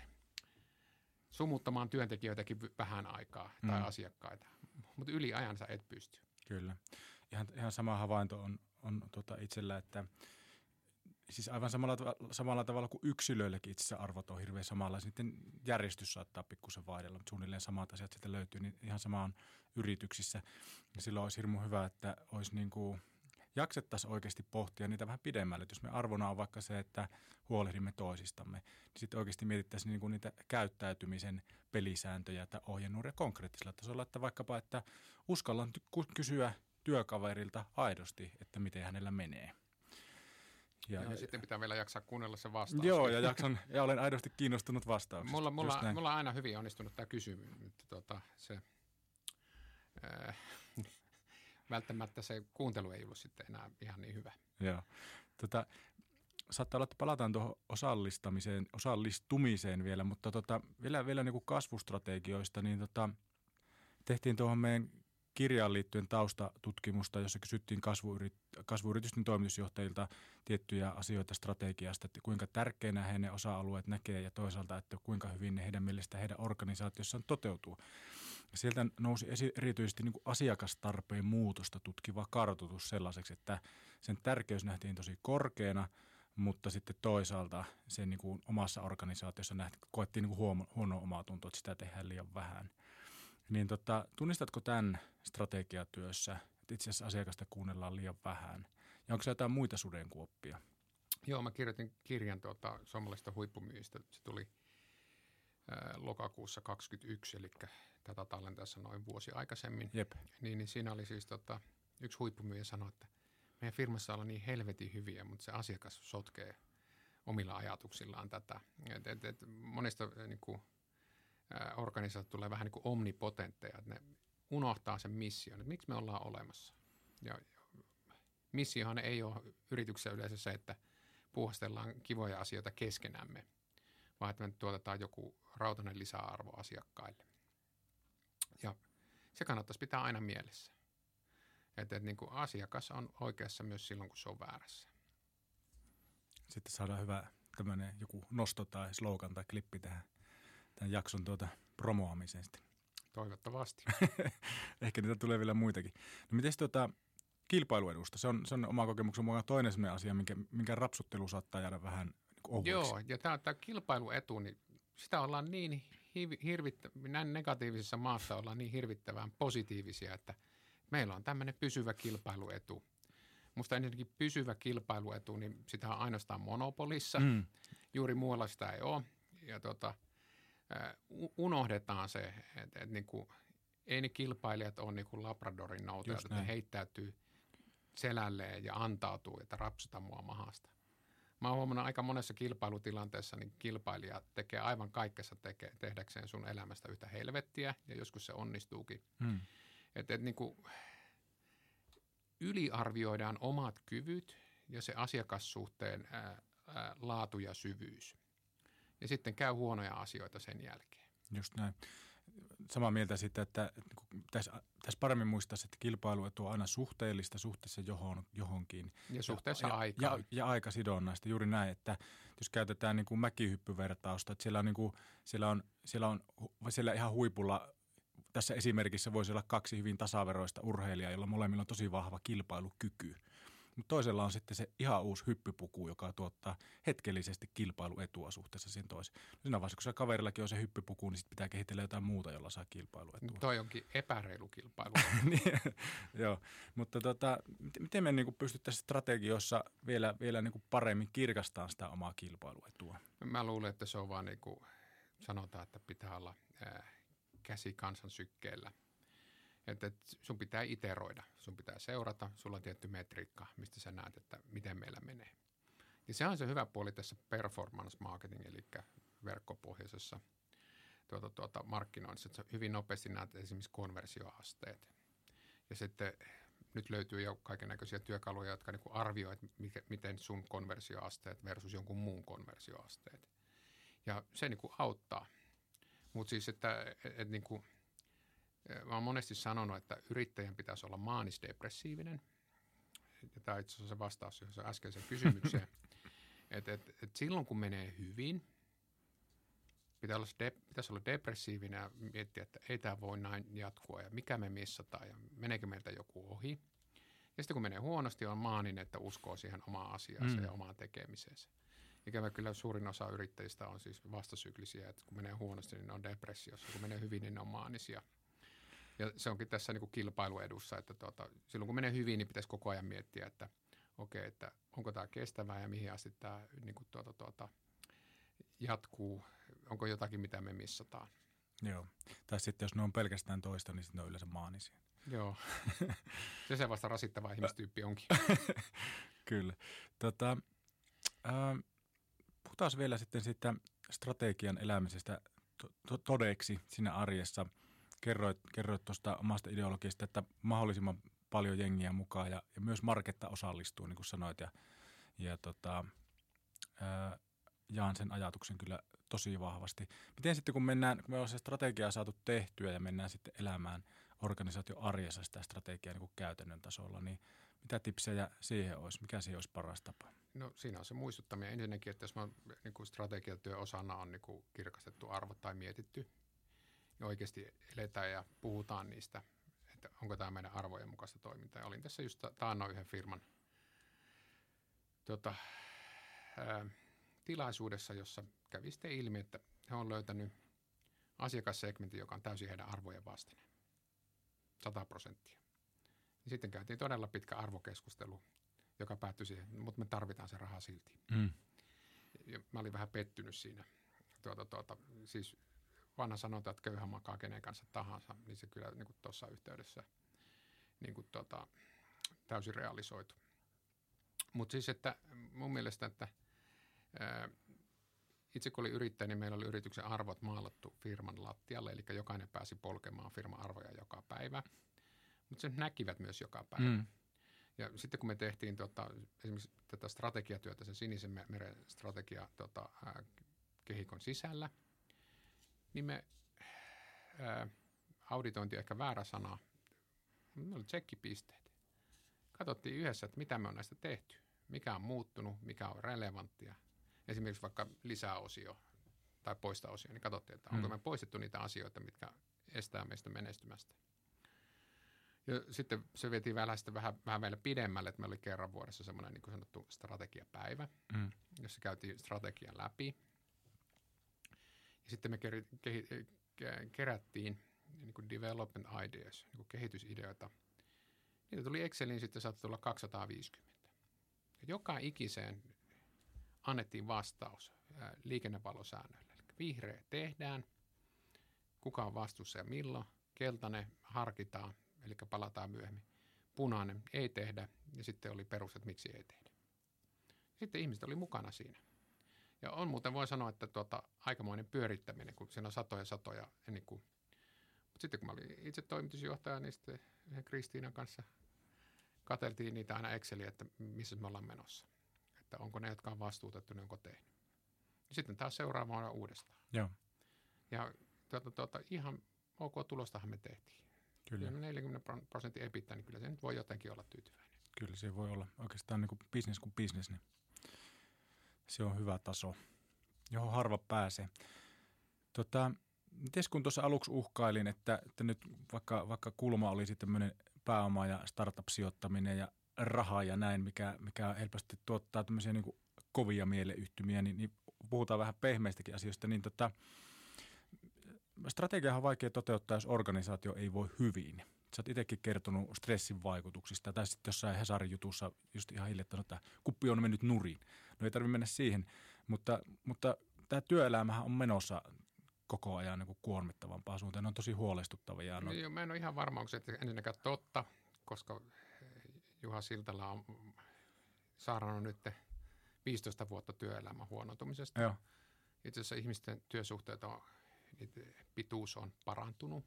sumuttamaan työntekijöitäkin vähän aikaa tai mm. asiakkaita, mutta yli ajan sä et pysty. Kyllä. Ihan, ihan sama havainto on, on tuota itsellä, että siis aivan samalla, samalla tavalla kuin yksilöillekin itse asiassa arvot on hirveän samalla. Sitten järjestys saattaa pikkusen vaihdella, mutta suunnilleen samat asiat sieltä löytyy, niin ihan sama on yrityksissä. Ja silloin olisi hirmu hyvä, että olisi niin kuin jaksettaisiin oikeasti pohtia niitä vähän pidemmälle. Että jos me arvona on vaikka se, että huolehdimme toisistamme, niin sitten oikeasti mietittäisiin niin kuin niitä käyttäytymisen pelisääntöjä tai ohjenuoria konkreettisella tasolla. Että vaikkapa, että uskallan kysyä työkaverilta aidosti, että miten hänellä menee. Ja, ja, ja sitten pitää vielä jaksaa kuunnella se vastaus. Joo, ja, jaksan, ja olen aidosti kiinnostunut vastauksesta. Mulla, mulla, mulla on aina hyvin onnistunut tämä kysymys. Mutta tota, se, äh, välttämättä se kuuntelu ei ollut sitten enää ihan niin hyvä. Joo. Tota, saattaa olla, että palataan tuohon osallistamiseen, osallistumiseen vielä, mutta tota, vielä, vielä niin kuin kasvustrategioista, niin tota, tehtiin tuohon meidän kirjaan liittyen taustatutkimusta, jossa kysyttiin kasvuyrit, kasvuyritysten toimitusjohtajilta tiettyjä asioita strategiasta, että kuinka tärkeänä he ne osa-alueet näkee ja toisaalta, että kuinka hyvin ne heidän mielestä heidän organisaatiossaan toteutuu. Sieltä nousi esi- erityisesti niin kuin asiakastarpeen muutosta tutkiva kartoitus sellaiseksi, että sen tärkeys nähtiin tosi korkeana, mutta sitten toisaalta sen niin kuin omassa organisaatiossa nähtiin, koettiin niin kuin huono, huonoa omaa tuntua, että sitä tehdään liian vähän. Niin tota, tunnistatko tämän strategiatyössä, että itse asiassa asiakasta kuunnellaan liian vähän? Ja onko se jotain muita sudenkuoppia? Joo, mä kirjoitin kirjan tuota, suomalaisesta huippumyyjistä. Se tuli ää, lokakuussa kaksikymmentäyksi, eli tätä tallen tässä noin vuosi aikaisemmin. Jep. Niin, niin siinä oli siis tota, yksi huippumyyjä sanoi, että meidän firmassa ollaan niin helvetin hyviä, mutta se asiakas sotkee omilla ajatuksillaan tätä. Et, et, et monesta niin kuin, organisaatio tulee vähän niin kuin omnipotentteja, että ne unohtaa sen mission, että miksi me ollaan olemassa. Ja missiohan ei ole yrityksessä yleensä se, että puuhastellaan kivoja asioita keskenämme, vaan että me tuotetaan joku rautainen lisäarvo asiakkaille. Ja se kannattaisi pitää aina mielessä. Että, että niin kuin asiakas on oikeassa myös silloin, kun se on väärässä. Sitten saadaan hyvä tämmöinen joku nosto tai slogan tai klippi tähän. Tämän jakson tuota promoamiseen sitten. Toivottavasti. Ehkä niitä tulee vielä muitakin. No miten tuota kilpailuedusta? Se on, se on oma kokemuksen mukaan toinen sellainen asia, minkä, minkä rapsuttelu saattaa jäädä vähän niin ohueksi. Joo, ja tämä, tämä kilpailuetu, niin sitä ollaan niin hirvittävän, näin negatiivisessa maassa ollaan niin hirvittävän positiivisia, että meillä on tämmöinen pysyvä kilpailuetu. Musta ensinnäkin pysyvä kilpailuetu, niin sitä on ainoastaan monopolissa. Mm. Juuri muualla sitä ei ole. Ja tuota, unohdetaan se, että, että niin kuin, ei ne kilpailijat ole niin kuin Labradorin noutajat, että ne heittäytyy selälleen ja antautuu, että rapsuta mua mahasta. Mä oon huomannut aika monessa kilpailutilanteessa, niin kilpailija tekee aivan kaikkensa teke, tehdäkseen sun elämästä yhtä helvettiä, ja joskus se onnistuukin. Hmm. Että et, niin kuin yliarvioidaan omat kyvyt ja se asiakassuhteen ää, ää, laatu ja syvyys. Ja sitten käy huonoja asioita sen jälkeen. Just näin. Samaa mieltä siitä, että pitäisi paremmin muistaa, että kilpailuetu on aina suhteellista suhteessa johon, johonkin. Ja suhteessa ja, aikaan. Ja, ja aikasidonnaista. Juuri näin, että jos käytetään niin kuin mäkihyppyvertausta, että siellä on, niin kuin, siellä, on, siellä on siellä ihan huipulla, tässä esimerkissä voisi olla kaksi hyvin tasaveroista urheilijaa, joilla molemmilla on tosi vahva kilpailukyky. Mutta toisella on sitten se ihan uusi hyppypuku, joka tuottaa hetkellisesti kilpailuetua suhteessa siihen toiseen. No siinä vaiheessa, kun se kaverillakin on se hyppypuku, niin sitten pitää kehitellä jotain muuta, jolla saa kilpailuetua. No toi onkin epäreilu kilpailu. niin, joo, mutta tota, miten me niinku pystyttäisiin strategiossa vielä, vielä niinku paremmin kirkastamaan sitä omaa kilpailuetua? Mä luulen, että se on vaan niin kuin sanotaan, että pitää olla ää, käsi kansan sykkeellä. Että et sun pitää iteroida, sun pitää seurata, sulla on tietty metriikka, mistä sä näet, että miten meillä menee. Ja se on se hyvä puoli tässä performance marketing, eli verkkopohjaisessa tuota, tuota, markkinoinnissa, että hyvin nopeasti näet esimerkiksi konversioasteet. Ja sitten nyt löytyy jo kaikennäköisiä työkaluja, jotka niin kuin arvioivat, miten sun konversioasteet versus jonkun muun konversioasteet. Ja se niin kuin auttaa. Mutta siis, että et, et, niin kuin, mä oon monesti sanonut, että yrittäjän pitäisi olla maanisdepressiivinen. Ja tämä itse asiassa se vastaus johon äskeiseen kysymykseen. että et, et silloin kun menee hyvin, Pitää olla de, pitäisi olla depressiivinen ja miettiä, että ei tämä voi näin jatkua ja mikä me missataan ja meneekö meiltä joku ohi. Ja sitten kun menee huonosti, on maaninen, että uskoo siihen omaan asiaansa mm. ja omaan tekemiseensä. Ikävä kyllä suurin osa yrittäjistä on siis vastasyklisiä, että kun menee huonosti, niin ne on depressiossa. Kun menee hyvin, niin ne on maanisia. Ja se onkin tässä niin kuin kilpailuedussa, että tuota, silloin kun menee hyvin, niin pitäisi koko ajan miettiä, että okei, okay, että onko tämä kestävää ja mihin asti tämä niin kuin tuota, tuota, jatkuu. Onko jotakin, mitä me missataan? Joo. Tai sitten jos ne on pelkästään toista, niin sitten ne on yleensä maanisia. Joo. Se se vasta rasittava ihmistyyppi onkin. Kyllä. Tota, äh, puhutaan vielä sitten siitä strategian elämisestä to- to- todeksi siinä arjessa. Kerroit, kerroit tuosta omasta ideologiasta, että mahdollisimman paljon jengiä mukaan ja, ja myös marketta osallistuu, niin kuin sanoit. Ja, ja tota, äh, jaan sen ajatuksen kyllä tosi vahvasti. Miten sitten, kun mennään, kun me on se strategiaa saatu tehtyä ja mennään sitten elämään organisaation arjessa sitä strategiaa niin kuin käytännön tasolla, niin mitä tipsejä siihen olisi? Mikä siihen olisi paras tapa? No siinä on se muistuttaminen ensinnäkin, että jos mä, niin kuin strategiatyö osana on niin kuin kirkastettu arvot tai mietitty, niin oikeasti eletään ja puhutaan niistä, että onko tämä meidän arvojen mukaista toimintaa. Ja olin tässä just taannoin yhden firman tuota, ää, tilaisuudessa, jossa kävi sitten ilmi, että he on löytänyt asiakassegmentin, joka on täysin heidän arvojen vastainen. Sata prosenttia. Ja sitten käytiin todella pitkä arvokeskustelu, joka päättyi siihen, mutta me tarvitaan se raha silti. Mm. Ja mä olin vähän pettynyt siinä. Tuota, tuota, siis vanha sanonta, että köyhä makaa kenen kanssa tahansa, niin se kyllä niin kuin tuossa yhteydessä niin kuin tuota, täysin realisoitu. Mutta siis, että mun mielestä, että ää, itse kun olin yrittäjä, niin meillä oli yrityksen arvot maalattu firman lattialle, eli jokainen pääsi polkemaan firman arvoja joka päivä. Mutta sen näkivät myös joka päivä. Mm. Ja sitten kun me tehtiin tota, esimerkiksi tätä strategiatyötä, sen sinisen meren strategia tota, ää, kehikon sisällä, niin me, ää, auditointi on ehkä väärä sana, ne oli tsekkipisteet. Katsottiin yhdessä, että mitä me on näistä tehty, mikä on muuttunut, mikä on relevanttia. Esimerkiksi vaikka lisäosio tai poistaosio, niin katsottiin, että onko mm. me poistettu niitä asioita, mitkä estää meistä menestymästä. Ja sitten se vietiin vähän, vähän, vähän meille pidemmälle, että meillä oli kerran vuodessa semmoinen niin kuin sanottu strategiapäivä, mm. jossa käytiin strategian läpi. Ja sitten me keri, ke, ke, kerättiin niin kuin development ideas, niin kuin kehitysideoita. Niitä tuli Exceliin sitten saattoi tulla kaksisataaviisikymmentä. Ja joka ikiseen annettiin vastaus ää, liikennevalosäännöillä. Eli vihreä tehdään, kuka on vastuussa ja milloin, keltainen harkitaan, eli palataan myöhemmin. Punainen ei tehdä, ja sitten oli perustat, miksi ei tehdä. Sitten ihmiset oli mukana siinä. Ja on muuten, voi sanoa, että tuota, aikamoinen pyörittäminen, kun siinä on satoja satoja. Niin kuin. Mutta sitten kun mä olin itse toimitusjohtaja, niin sitten Kristiinan kanssa katseltiin niitä aina Exceliä, että missä me ollaan menossa. Että onko ne, jotka on vastuutettu, ne onko tehnyt. Ja sitten taas seuraavana uudestaan. Joo. Ja tuota, tuota, ihan ok tulostahan me tehtiin. Kyllä. neljäkymmentä prosentin ebittä, niin kyllä se nyt voi jotenkin olla tyytyväinen. Kyllä se voi olla oikeastaan niin kuin business kuin business, niin se on hyvä taso, johon harva pääsee. Tota, mites kun tuossa aluksi uhkailin, että, että nyt vaikka, vaikka kulma oli sitten tämmöinen pääoma- ja startup-sijoittaminen ja raha ja näin, mikä, mikä helposti tuottaa tämmöisiä niin kuin kovia mieleyhtymiä, niin, niin puhutaan vähän pehmeistäkin asioista, niin tota, strategiahan on vaikea toteuttaa, jos organisaatio ei voi hyvin. Sä oot itsekin kertonut stressin vaikutuksista, tai sitten jossain Hesarin jutussa just ihan hiljattain, että kuppi on mennyt nurin. No ei tarvitse mennä siihen, mutta, mutta tämä työelämähän on menossa koko ajan niin kuin kuormittavampaan suuntaan. Ne on tosi huolestuttavia. No, joo, mä en ole ihan varma, onko se ensinnäkään totta, koska Juha Siltala on saarannut nyt viisitoista vuotta työelämän huonontumisesta. Joo. Itse asiassa ihmisten työsuhteet on, pituus on parantunut.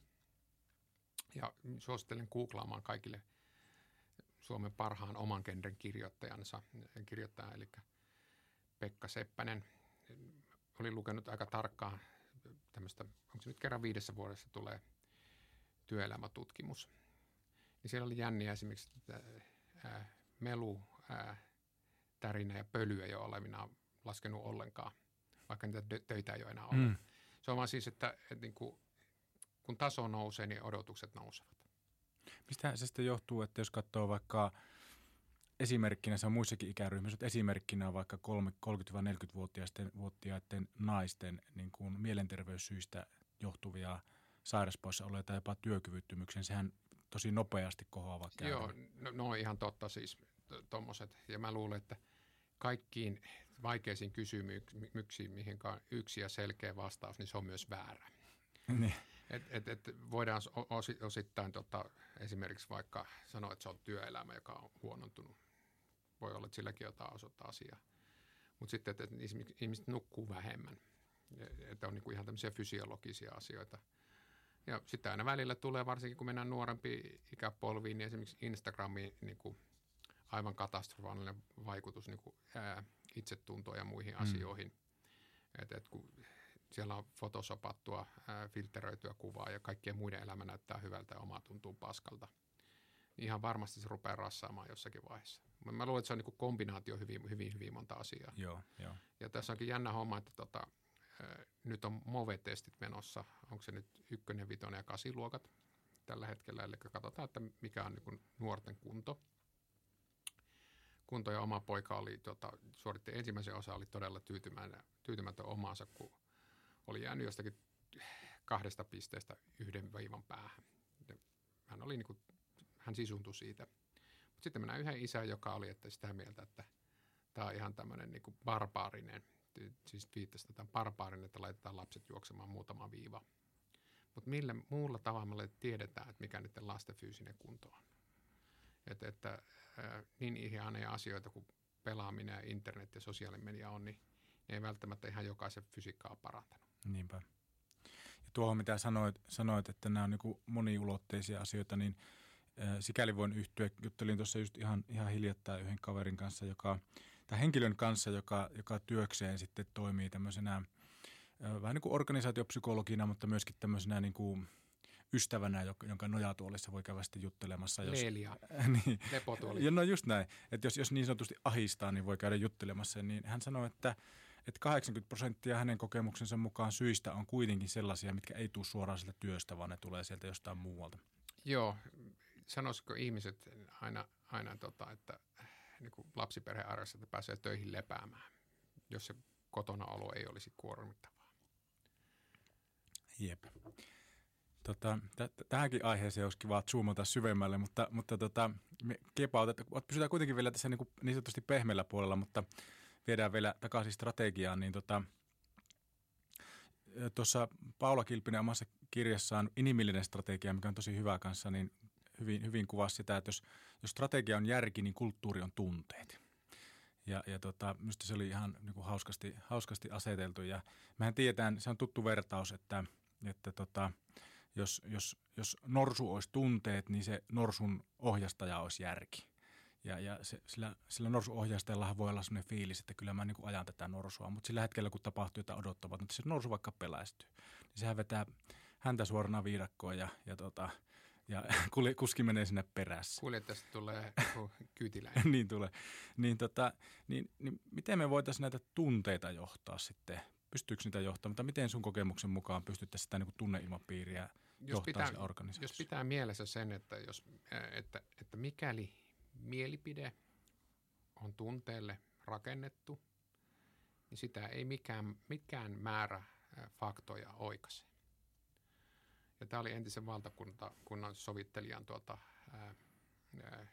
Ja suosittelen googlaamaan kaikille Suomen parhaan oman genren kirjoittajansa, kirjoittaja, eli Pekka Seppänen. Olin lukenut aika tarkkaan tämmöistä, onko se nyt kerran viidessä vuodessa tulee työelämätutkimus. Niin siellä oli jänniä esimerkiksi ää, melu, ää, tärinä ja pöly ei ole olevinaan laskenut ollenkaan, vaikka niitä töitä ei ole enää ole. Mm. Se on vaan siis, että, että niin kuin, kun taso nousee, niin odotukset nousevat. Mistä se sitten johtuu, että jos katsoo vaikka esimerkkinä, se on muissakin ikäryhmissä, että esimerkkinä on vaikka kolmekymmentä-neljäkymmentävuotiaiden naisten niin kuin mielenterveyssyistä johtuvia sairauspoissaoloja tai jopa työkyvyttömyyksen, sehän tosi nopeasti kohoava käydä. Joo, no, no ihan totta siis tuommoiset. Ja mä luulen, että kaikkiin vaikeisiin kysymyksiin, mihin yksi ja selkeä vastaus, niin se on myös väärä. Niin. Et, et, et voidaan osi, osittain tota, esimerkiksi vaikka sanoa, että se on työelämä, joka on huonontunut. Voi olla, että silläkin jotain osoittaa asiaa. Mutta sitten, että, että ihmiset nukkuu vähemmän. Että on niinku ihan tämmöisiä fysiologisia asioita. Ja sitten aina välillä tulee, varsinkin kun mennään nuorempiin ikäpolviin, niin esimerkiksi Instagramiin niinku aivan katastrofaalinen vaikutus niinku, ää, itsetuntoon ja muihin mm. asioihin. Että et kun siellä on fotosopattua, ää, filteröityä kuvaa ja kaikkien muiden elämä näyttää hyvältä ja oma tuntuu paskalta. Ihan varmasti se rupeaa rassaamaan jossakin vaiheessa. Mä luulen, että se on niin kombinaatio hyvin, hyvin, hyvin monta asiaa. Joo, jo. Ja tässä onkin jännä homma, että tota, ää, nyt on M O V E-testit menossa. Onko se nyt ykkönen, vitonen ja kasiluokat tällä hetkellä. Eli katsotaan, että mikä on niin nuorten kunto. Kunto ja oma poika oli, tota, suoritti ensimmäisen osa, oli todella tyytymätön, tyytymätön omaansa, kun oli jäänyt jostakin kahdesta pisteestä yhden viivan päähän. Hän, oli niin kuin, hän sisuntui siitä. Mutta sitten mennään yhden isän, joka oli että sitä mieltä, että tämä on ihan tämmöinen niin kuin barbaarinen, siis viittasi tätä barbaarinen, että laitetaan lapset juoksemaan muutama viiva. Mutta millä muulla tavalla me tiedetään, että mikä niiden lasten fyysinen kunto on. Että, että äh, niin ihania asioita kuin pelaaminen ja internet ja sosiaalinen media on, niin ne ei välttämättä ihan jokaisen fysiikkaa parantanut. Niinpä. Ja tuohon mitä sanoit, sanoit että nämä on niin kuin moniulotteisia asioita, niin äh, sikäli voin yhtyä. Juttelin tuossa just ihan, ihan hiljattain yhden kaverin kanssa, joka, tai henkilön kanssa, joka, joka työkseen sitten toimii tämmöisenä äh, vähän niin kuin organisaatiopsykologina, mutta myöskin tämmöisenä niin kuin ystävänä, jonka nojatuolissa voi käydä sitten juttelemassa. Jos, Leelia, niin, lepotuoli. Ja no just näin, että jos, jos niin sanotusti ahistaa, niin voi käydä juttelemassa. Niin hän sanoi, että, että kahdeksankymmentä prosenttia hänen kokemuksensa mukaan syistä on kuitenkin sellaisia, mitkä ei tule suoraan sieltä työstä, vaan ne tulee sieltä jostain muualta. Joo, sanoisiko ihmiset aina, aina tota, että niin kuin lapsiperhearjessa, että pääsee töihin lepäämään, jos se kotona olo ei olisi kuormittavaa. Jep. Tota, t- tähänkin aiheeseen olisi kiva zoomata syvemmälle, mutta, mutta tota, me kepautetaan, pysytään kuitenkin vielä tässä niin, kuin niin sanotusti pehmeällä puolella, mutta viedään vielä takaisin strategiaan. Niin tota, tuossa Paula Kilpinen omassa kirjassaan Inhimillinen strategia, mikä on tosi hyvä kanssa, niin hyvin, hyvin kuvasi sitä, että jos, jos strategia on järki, niin kulttuuri on tunteet. Ja, ja tota, minusta se oli ihan niin kuin hauskasti, hauskasti aseteltu. Ja mehän tiedetään, se on tuttu vertaus, että, että tota, Jos, jos, jos norsu olisi tunteet, niin se norsun ohjastaja olisi järki. Ja, ja se, sillä, sillä norsun ohjastajallahan voi olla sellainen fiilis, että kyllä mä niin kuin ajan tätä norsua. Mutta sillä hetkellä, kun tapahtuu jotain odottavat, että se norsu vaikka pelästyy, niin sehän vetää häntä suorana viidakkoon ja, ja, tota, ja kuski menee sinne perässä. Kuulet, tästä tulee kyytiläinen. niin tulee. Niin, tota, niin, niin miten me voitaisiin näitä tunteita johtaa sitten? Pystyykö niitä johtamaan? Mutta miten sun kokemuksen mukaan pystyttäisiin sitä niin kuin tunneilmapiiriä jos pitää, organisaatioon? Jos pitää mielessä sen, että, jos, että, että mikäli mielipide on tunteelle rakennettu, niin sitä ei mikään, mikään määrä faktoja oikaise. Ja tämä oli entisen valtakunnan sovittelijan tuota, ää, ää,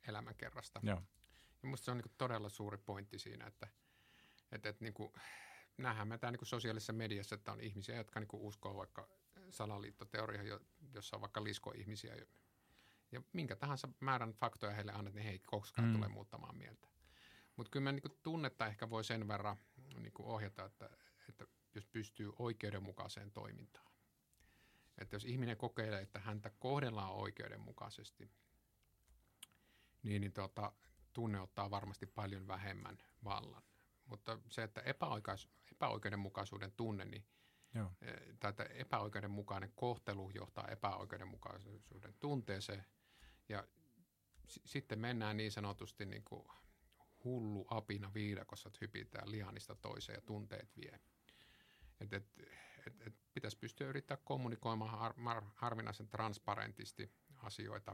elämänkerrasta. Joo. Ja musta se on niin kuin todella suuri pointti siinä, että, että, että niin kuin nähdään me tämä niin sosiaalisessa mediassa, että on ihmisiä, jotka niin uskoo vaikka salaliittoteoriaan, jossa on vaikka liskoihmisiä. Ja minkä tahansa määrän faktoja heille annat, niin he ei koskaan mm. tule muuttamaan mieltä. Mutta kyllä me niin tunnetta ehkä voi sen verran niin ohjata, että, että jos pystyy oikeudenmukaiseen toimintaan. Että jos ihminen kokeilee, että häntä kohdellaan oikeudenmukaisesti, niin, niin tuota, tunne ottaa varmasti paljon vähemmän vallan. Mutta se, että epäoikeus, epäoikeudenmukaisuuden tunne, niin, Joo. tai että epäoikeudenmukainen kohtelu johtaa epäoikeudenmukaisuuden tunteeseen. Ja s- sitten mennään niin sanotusti niin kuin hullu apina viidakossa, että hypitään lianista toiseen ja tunteet vie. Et, et, et, et pitäisi pystyä yrittää kommunikoimaan har, har, harvinaisen transparentisti asioita,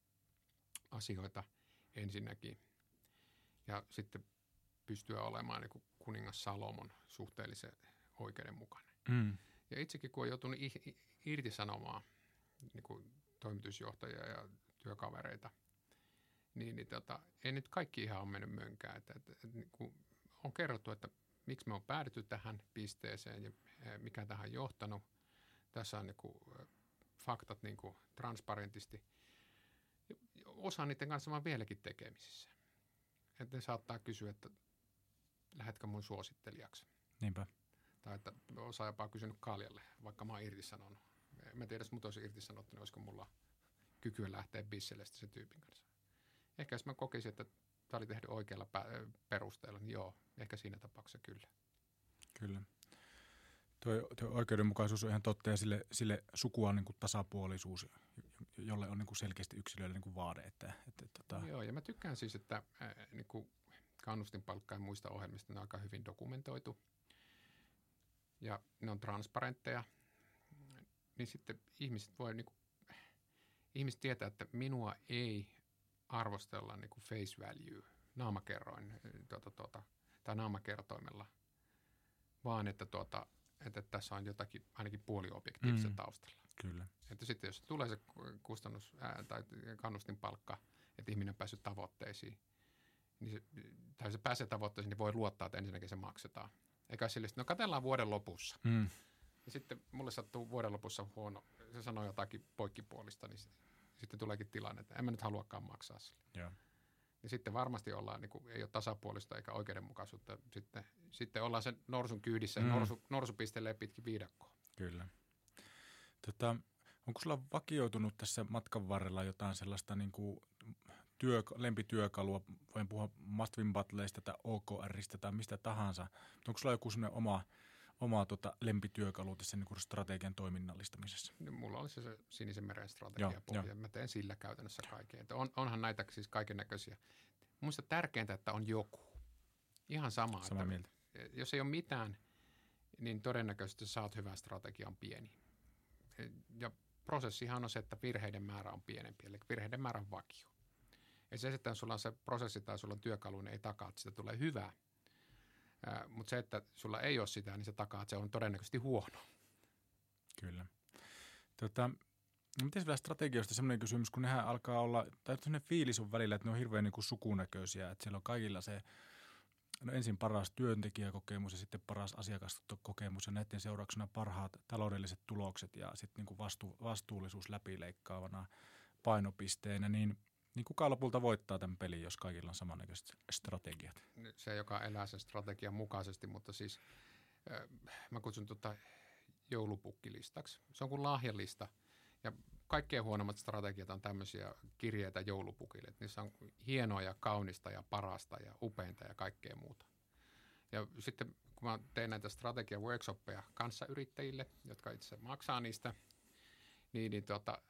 asioita ensinnäkin. Ja sitten pystyä olemaan niin kuin kuningas Salomon suhteellisen oikeudenmukainen. Mm. Ja itsekin, kun on joutunut irtisanomaan niin kuin toimitusjohtajia ja työkavereita, niin, niin tota, ei nyt kaikki ihan ole mennyt mönkään. Että, että, että, niin kuin on kerrottu, että miksi me on päädytty tähän pisteeseen ja mikä tähän on johtanut. Tässä on niin kuin faktat niin kuin transparentisti. Osa niiden kanssa on vieläkin tekemisissä. Että ne saattaa kysyä, että lähetkö mun suosittelijaksi. Niinpä. Tai että osa jopa kysynyt Kaljalle, vaikka mä oon irtisanonut. Mä en tiedä, jos mut olisi irtisanottu, niin olisiko mulla kykyä lähteä bisselle sen tyypin kanssa. Ehkä jos mä kokisin, että tämä oli tehty oikealla perusteella, niin joo, ehkä siinä tapauksessa kyllä. Kyllä. Tuo, tuo oikeudenmukaisuus on ihan totta ja sille, sille sukua on niin kuin tasapuolisuus, jolle on niin kuin selkeästi yksilöille niin kuin vaade. Että, että, tota... Joo, ja mä tykkään siis, että äh, niin kuin kannustinpalkka ja muista ohjelmista ne on aika hyvin dokumentoitu. Ja ne on transparentteja. Niin sitten ihmiset voi, niin kuin, ihmiset tietää, että minua ei arvostella niin kuin face value, naamakerroin tuota, tuota, tai naamakertoimella, vaan että, tuota, että tässä on jotakin ainakin puoliobjektiivista mm, taustalla. Kyllä. Että sitten jos tulee se kustannus ää, tai kannustinpalkka, että ihminen on päässyt tavoitteisiin, niin se, tai se pääsee tavoitteisiin, niin voi luottaa, että ensinnäkin se maksetaan. Eikä sille, no katsellaan vuoden lopussa. Mm. Ja sitten mulle sattuu vuoden lopussa huono, se sanoo jotakin poikkipuolista, niin sitten tuleekin tilanne, että en mä nyt haluakaan maksaa sille. Joo. Ja sitten varmasti ollaan, niin kuin, ei ole tasapuolista eikä oikeudenmukaisuutta. Sitten, sitten ollaan sen norsun kyydissä ja mm. norsu, norsu pistelee pitkin viidakkoa. Kyllä. Tota, onko sulla vakioitunut tässä matkan varrella jotain sellaista niin kuin työ, lempityökalua? Voin puhua Must-Win Battleista tai O K R:stä tai mistä tahansa. Onko sulla joku sellainen oma, oma tota, lempityökalu tässä niin kuin strategian toiminnallistamisessa? No, mulla oli se, se Sinisen meren strategiapohja. Mä teen sillä käytännössä kaiken. On, onhan näitä siis kaiken näköisiä. Minusta tärkeintä, että on joku. Ihan sama. Samaa mieltä. Jos ei ole mitään, niin todennäköisesti saat hyvän strategian pieni. Ja prosessihan on se, että virheiden määrä on pienempi, eli virheiden määrä on vakio. Ja se, että sulla on se prosessi tai sulla on työkalu, niin ei takaa, että sitä tulee hyvää. Äh, mutta se, että sulla ei ole sitä, niin se takaa, että se on todennäköisesti huono. Kyllä. Tota, miten vielä strategioista sellainen kysymys, kun nehän alkaa olla, tai sellainen fiilis on välillä, että ne on hirveän niin kuin sukunäköisiä, että siellä on kaikilla se no ensin paras työntekijäkokemus ja sitten paras asiakaskokemus ja näiden seurauksena parhaat taloudelliset tulokset ja sitten niin kuin vastu, vastuullisuus läpileikkaavana painopisteenä, niin, niin kuka lopulta voittaa tämän pelin, jos kaikilla on samannäköiset strategiat? Se, joka elää sen strategian mukaisesti, mutta siis äh, mä kutsun tuota joulupukkilistaksi. Se on kuin lahjalista ja kaikkein huonommat strategiat on tämmöisiä kirjeitä joulupukille. Että niissä on hienoa ja kaunista ja parasta ja upeinta ja kaikkea muuta. Ja sitten kun mä teen näitä strategia-workshoppeja kanssayrittäjille, jotka itse maksaa niistä, niin, niin tota,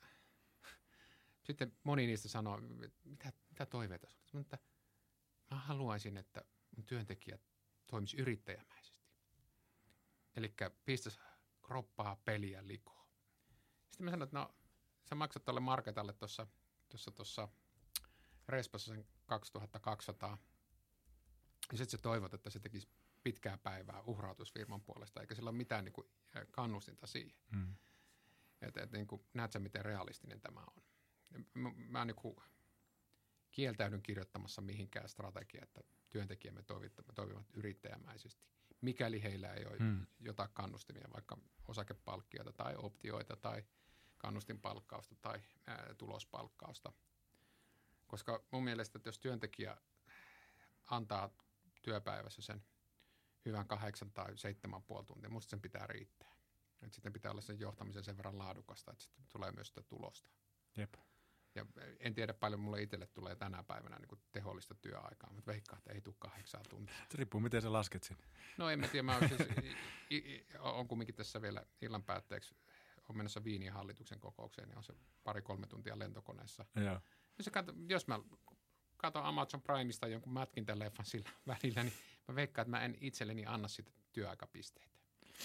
sitten moni niistä sanoo, mitä, mitä toiveita sinulla? Että mä haluaisin, että mun työntekijät toimisi yrittäjämäisesti. Eli pistäisi kroppaa, peliä, likoa. Sitten mä sanoin, että no, sä maksat tuolle Marketalle tuossa tuossa Respossa sen kaksituhattakaksisataa. Ja sitten sä toivot, että se tekisi pitkää päivää uhrautusfirman puolesta, eikä sillä ole mitään niin kuin kannustinta siihen. Hmm. Että et, niin kuin, näet sä, miten realistinen tämä on. Mä, mä niin kuin kieltäydyn kirjoittamassa mihinkään strategiaa, että työntekijämme toimivat yrittäjämäisesti. mikäli heillä ei ole Hmm. jotain kannustimia, vaikka osakepalkkioita tai optioita tai kannustinpalkkausta tai ää, tulospalkkausta. Koska mun mielestä, että jos työntekijä antaa työpäivässä sen hyvän kahdeksan tai seitsemän puoli tuntia, musta sen pitää riittää. Et sitten pitää olla sen johtamisen sen verran laadukasta, että sitten tulee myös sitä tulosta. Jep. Ja en tiedä paljon mulle itselle tulee tänä päivänä niin kuin tehollista työaikaa, mutta veikkaan, että ei tule kahdeksan tuntia. Se riippuu, miten sä lasket sen. No en mä tiedä, mä olen, siis, i, i, on kumminkin tässä vielä illan päätteeksi, on menossa Viinin hallituksen kokoukseen, niin on se pari-kolme tuntia lentokoneessa. Joo. Jos, katso, jos mä katson Amazon Primeista jonkun mätkintä leffan sillä välillä, niin mä veikkaan, että mä en itselleni anna sitä työaikapisteitä.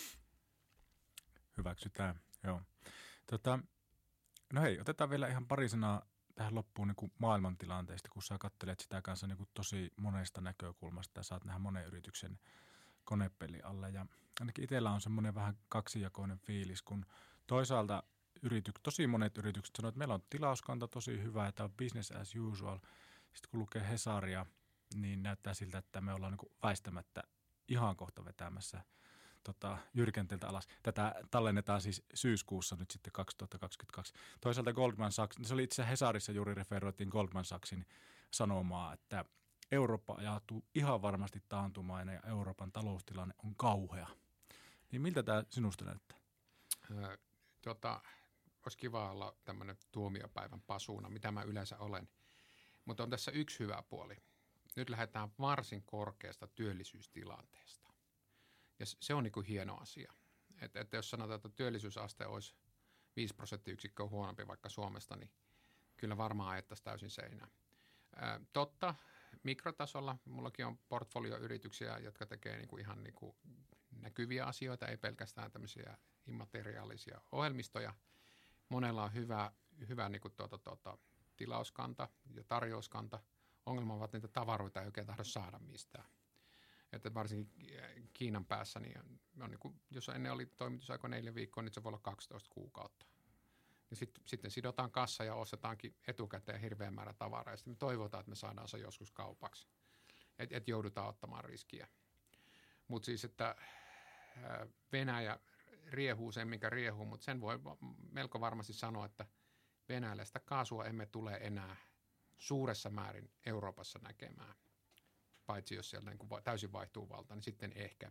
Hyväksytään, joo. Tota, no hei, otetaan vielä ihan pari sanaa tähän loppuun niin kuin maailmantilanteesta, kun sä katselet sitä kanssa niin kuin tosi monesta näkökulmasta ja saat nähdä monen yrityksen konepeli alle. Ja ainakin itsellä on semmoinen vähän kaksijakoinen fiilis, kun toisaalta yrityk, tosi monet yritykset sanoo, että meillä on tilauskanta tosi hyvä ja tämä on business as usual. Sitten kun lukee Hesaria, niin näyttää siltä, että me ollaan niin kuin väistämättä ihan kohta vetämässä tota, jyrkänteeltä alas. Tätä tallennetaan siis syyskuussa nyt sitten kaksituhattakaksikymmentäkaksi. Toisaalta Goldman Sachs, se oli itse asiassa Hesarissa juuri referoitiin Goldman Sachsin sanomaa, että Eurooppa ajautuu ihan varmasti taantumaan ja Euroopan taloustilanne on kauhea. Niin miltä tämä sinusta näyttää? Öö, tota, olisi kiva olla tämmöinen tuomiopäivän pasuuna, mitä mä yleensä olen. Mutta on tässä yksi hyvä puoli. Nyt lähdetään varsin korkeasta työllisyystilanteesta. Ja se on niin kuin hieno asia. Että et jos sanotaan, että työllisyysaste olisi viisi prosenttiyksikköä huonompi vaikka Suomesta, niin kyllä varmaan ajettaisiin täysin seinään. Ää, totta, mikrotasolla mullakin on portfolioyrityksiä, jotka tekee niin kuin ihan niin kuin näkyviä asioita, ei pelkästään tämmöisiä immateriaalisia ohjelmistoja. Monella on hyvä, hyvä niin kuin tuota, tuota, tilauskanta ja tarjouskanta. Ongelma ovat niitä tavaroita, ei oikein tahdo saada mistään. Että varsinkin Kiinan päässä, niin on, on niin kuin, jos ennen oli toimitusaika neljä viikkoa, niin se voi olla kaksitoista kuukautta. Ja sit, sitten sidotaan kassa ja ostetaankin etukäteen hirveän määrä tavaraa. Ja sitten me toivotaan, että me saadaan se joskus kaupaksi. Että et joudutaan ottamaan riskiä. Mutta siis, että Venäjä riehuu sen, mikä riehuu, mutta sen voi melko varmasti sanoa, että venäläistä kaasua emme tule enää suuressa määrin Euroopassa näkemään. Paitsi jos sieltä niin kuin täysin vaihtuu valta, niin sitten ehkä.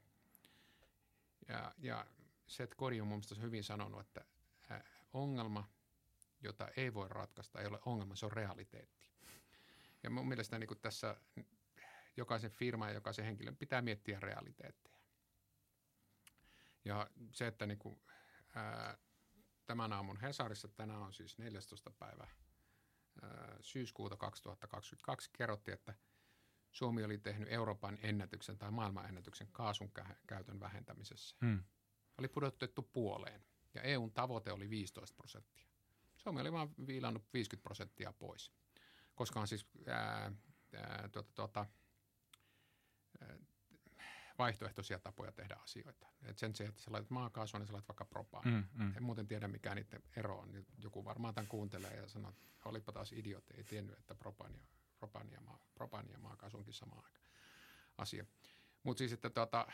Ja, ja Seth Godin on mun mielestä hyvin sanonut, että ongelma, jota ei voi ratkaista, ei ole ongelma, se on realiteetti. Ja mun mielestä niin kuin tässä jokaisen firman ja jokaisen henkilön pitää miettiä realiteetteja. Ja se, että niin kuin, ää, tämän aamun Hesarissa, tänään on siis neljästoista päivä ää, syyskuuta kaksituhattakaksikymmentäkaksi, kerrottiin, että Suomi oli tehnyt Euroopan ennätyksen tai maailman ennätyksen kaasun käytön vähentämisessä. Hmm. Oli pudotettu puoleen ja E U:n tavoite oli viisitoista prosenttia. Suomi oli vaan viilannut viisikymmentä prosenttia pois, koska on siis ää, ää, tuota, tuota, ää, vaihtoehtoisia tapoja tehdä asioita. Et sen sijaan, että sä laitat maakaasua, niin sä laitat vaikka propaania. Mm, mm. En muuten tiedä, mikä niiden ero on. Joku varmaan tämän kuuntelee ja sanoo, että olipa taas idiootti, ei tiennyt, että propaania, propaania, maa, propaania ja maakaasu onkin sama aika asia. Mutta siis, että tuota,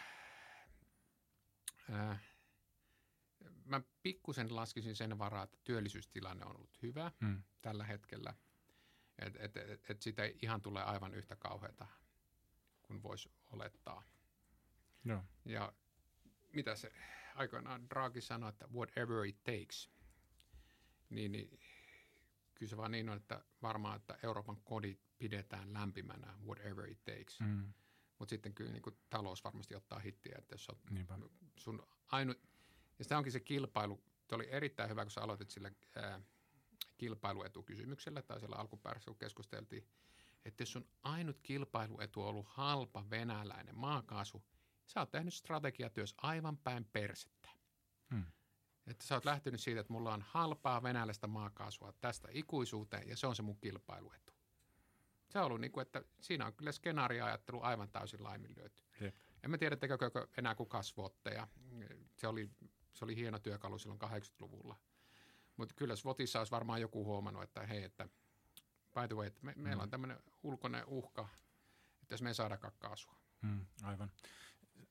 ää, mä pikkusen laskisin sen varaa, että työllisyystilanne on ollut hyvä mm. tällä hetkellä. Että et, et, et sitä ei ihan tule aivan yhtä kauheata kuin voisi olettaa. No. Ja mitä se aikoinaan Draghi sanoi, että whatever it takes, niin, niin kyllä se vaan niin on, että varmaan, että Euroopan kodit pidetään lämpimänä whatever it takes. Mm. Mutta sitten kyllä niin kuin talous varmasti ottaa hittiä, että jos on sun ainut, ja sitä onkin se kilpailu, se oli erittäin hyvä, kun sä aloitit sillä ää, kilpailuetukysymyksellä tai siellä alkupäässä, kun keskusteltiin, että jos sun ainut kilpailuetu on ollut halpa venäläinen maakaasu, sä oot tehnyt strategiatyössä aivan päin persettä. Hmm. Että sä oot lähtenyt siitä, että mulla on halpaa venäläistä maakaasua tästä ikuisuuteen ja se on se mun kilpailuetu. Se on ollut niin kuin, että siinä on kyllä skenaarioajattelu aivan täysin laiminlyöty. Jep. En mä tiedä, tekeekö enää kukaan SWOTteja. Se oli, se oli hieno työkalu silloin kahdeksankymmentäluvulla. Mutta kyllä SWOTissa olisi varmaan joku huomannut, että hei, että by the way, että me, mm. meillä on tämmöinen ulkoinen uhka, että jos me ei saadakaan kaasua. Mm, aivan.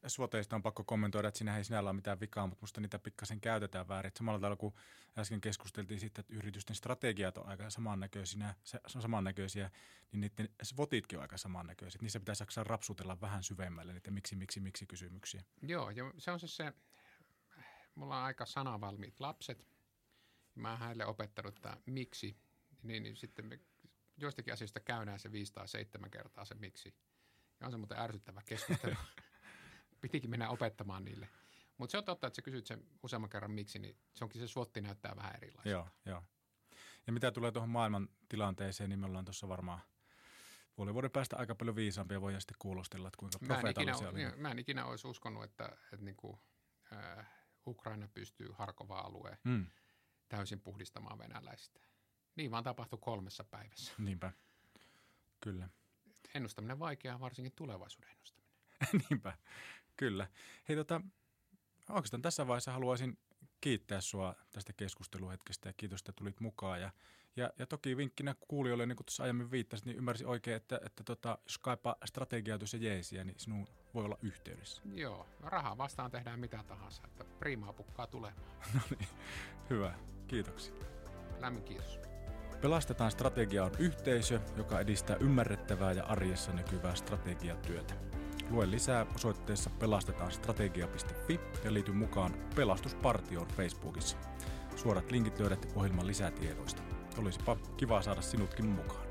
SWOTeista on pakko kommentoida, että siinä ei sinällä ole mitään vikaa, mutta musta niitä pikkasen käytetään väärin. Et samalla tavalla kuin äsken keskusteltiin siitä, että yritysten strategiat on aika samannäköisiä, samannäköisiä niin niiden SWOTitkin on aika samannäköisiä. Niissä pitäisi jaksaa rapsutella vähän syvemmälle niitä miksi, miksi, miksi kysymyksiä. Joo, ja se on se se, mulla on aika sanavalmiit lapset. Mä oon heille opettanut, että miksi, niin, niin sitten me joistakin asioista käydään se viisi tai seitsemän kertaa se miksi. Ja on se muuten ärsyttävä keskustelu. Pitikin mennä opettamaan niille. Mutta se on totta, että sä kysyt sen useamman kerran miksi, niin se onkin se SWOT näyttää vähän erilaiselta. Joo, joo. Ja mitä tulee tuohon maailman tilanteeseen, niin me ollaan tuossa varmaan puolen vuoden päästä aika paljon viisaampia. Voidaan sitten kuulostella, että kuinka profeetallisia oli. Mä, mä en ikinä olisi uskonut, että, että niinku, äh, Ukraina pystyy Harkova-alueen mm. täysin puhdistamaan venäläistä. Niin vaan tapahtui kolmessa päivässä. Niinpä, kyllä. Ennustaminen vaikeaa, varsinkin tulevaisuuden ennustaminen. Niinpä, kyllä. Hei tota, oikeastaan tässä vaiheessa haluaisin kiittää sua tästä keskusteluhetkestä ja kiitos, että tulit mukaan. Ja, ja, ja toki vinkkinä kuulijoille, niin kuin tuossa aiemmin viittasit, niin ymmärsin oikein, että, että tota, jos kaipaa strategiatus ja jeesiä, niin sinun voi olla yhteydessä. Joo, rahaa vastaan tehdään mitä tahansa, että priimaa pukkaa tulemaan. No niin, hyvä. Kiitoksia. Lämmin kiitos. Pelastetaan strategia on yhteisö, joka edistää ymmärrettävää ja arjessa näkyvää strategiatyötä. Lue lisää osoitteessa pelastetaan-strategia piste fi ja liity mukaan Pelastuspartioon Facebookissa. Suorat linkit löydät ohjelman lisätiedoista. Olisipa kiva saada sinutkin mukaan.